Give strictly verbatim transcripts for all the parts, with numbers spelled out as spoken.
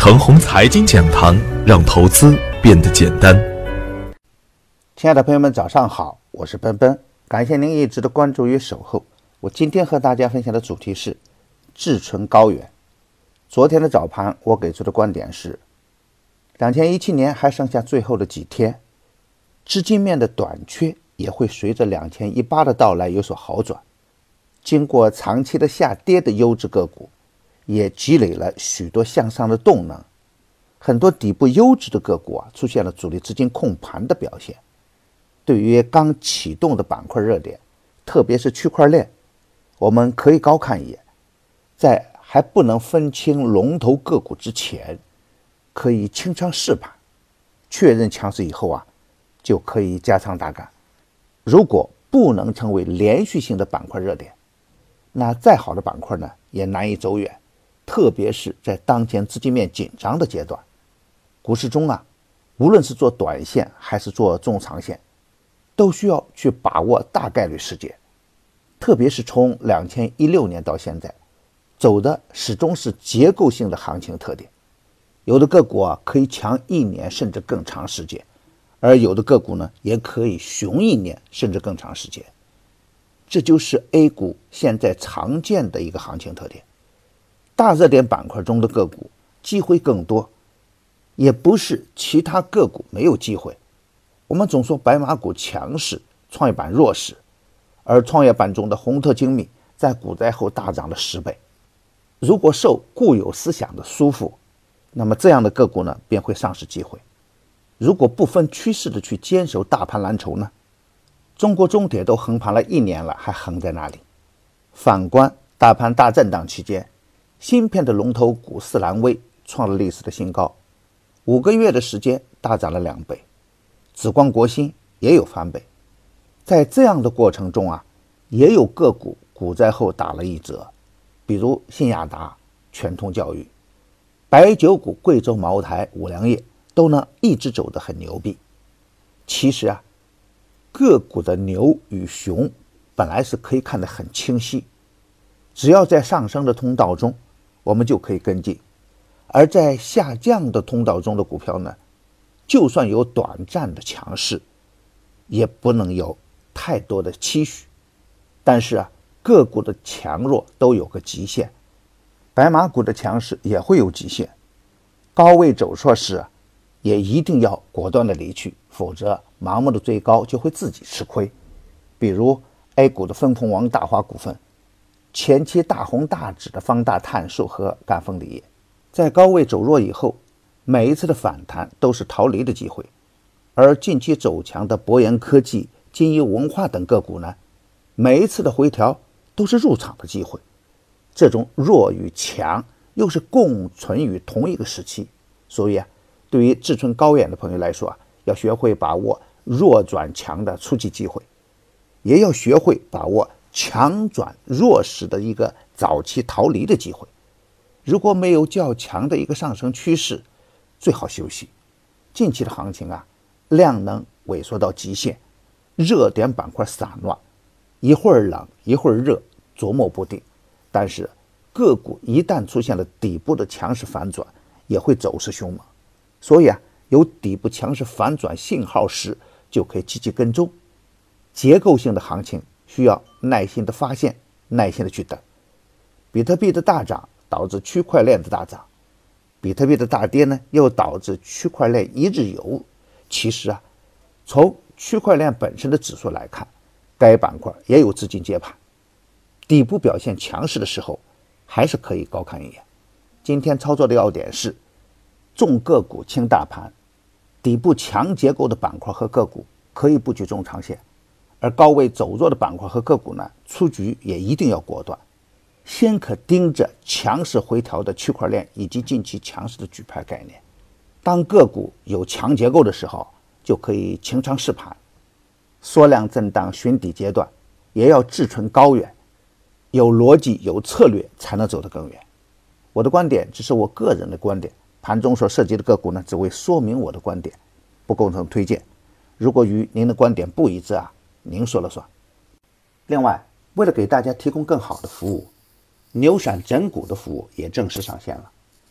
腾宏财经讲堂，让投资变得简单。 亲爱的朋友们，早上好，我是奔奔，感谢您一直的关注与守候。我今天和大家分享的主题是志存高远。昨天的早盘我给出的观点是，二零一七年还剩下最后的几天，资金面的短缺也会随着二零一八的到来有所好转。经过长期的下跌的优质个股也积累了许多向上的动能，很多底部优质的个股啊出现了主力资金控盘的表现。对于刚启动的板块热点，特别是区块链，我们可以高看一眼，在还不能分清龙头个股之前，可以清仓试盘，确认强势以后啊，就可以加仓打干。如果不能成为连续性的板块热点，那再好的板块呢，也难以走远。特别是在当前资金面紧张的阶段，股市中啊，无论是做短线还是做中长线，都需要去把握大概率事件。特别是从二零一六年到现在，走的始终是结构性的行情特点。有的个股啊可以强一年甚至更长时间，而有的个股呢也可以熊一年甚至更长时间。这就是 A 股现在常见的一个行情特点。大热点板块中的个股机会更多，也不是其他个股没有机会。我们总说白马股强势，创业板弱势，而创业板中的宏特精密在股灾后大涨了十倍。如果受固有思想的束缚，那么这样的个股呢便会丧失机会。如果不分趋势的去坚守大盘蓝筹呢，中国中铁都横盘了一年了，还横在那里。反观大盘大震荡期间，芯片的龙头股四兰微创了历史的新高，五个月的时间大涨了两倍，紫光国芯也有翻倍。在这样的过程中啊，也有个股股灾后打了一折，比如新亚达、全通教育、白酒股贵州茅台、五粮液都能一直走得很牛逼。其实啊，个股的牛与熊本来是可以看得很清晰，只要在上升的通道中，我们就可以跟进。而在下降的通道中的股票呢，就算有短暂的强势，也不能有太多的期许。但是啊，个股的强弱都有个极限，白马股的强势也会有极限。高位走错时啊，也一定要果断的离去，否则盲目的追高就会自己吃亏。比如 A 股的分红王大华股份，前期大红大紫的方大碳素和赣锋锂业，在高位走弱以后，每一次的反弹都是逃离的机会。而近期走强的博研科技、金优文化等个股呢，每一次的回调都是入场的机会。这种弱与强又是共存于同一个时期，所以啊，对于志存高远的朋友来说啊，要学会把握弱转强的初级机会，也要学会把握强转弱时的一个早期逃离的机会。如果没有较强的一个上升趋势，最好休息。近期的行情啊，量能萎缩到极限，热点板块散乱，一会儿冷一会儿热，琢磨不定。但是个股一旦出现了底部的强势反转，也会走势凶猛。所以啊，有底部强势反转信号时，就可以积极跟踪。结构性的行情需要耐心的发现，耐心的去等。比特币的大涨导致区块链的大涨，比特币的大跌呢，又导致区块链一日游。其实啊，从区块链本身的指数来看，该板块也有资金接盘，底部表现强势的时候，还是可以高看一眼。今天操作的要点是重个股轻大盘，底部强结构的板块和个股可以布局中长线，而高位走弱的板块和个股呢，出局也一定要果断。先可盯着强势回调的区块链以及近期强势的举牌概念，当个股有强结构的时候，就可以清仓试盘。缩量震荡寻底阶段，也要志存高远，有逻辑有策略才能走得更远。我的观点只是我个人的观点，盘中所涉及的个股呢，只为说明我的观点，不构成推荐。如果与您的观点不一致啊，您说了算。另外，为了给大家提供更好的服务，牛散整股的服务也正式上线了。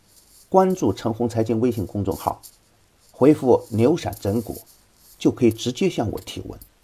关注陈红财经微信公众号，回复牛闪整股就可以直接向我提问。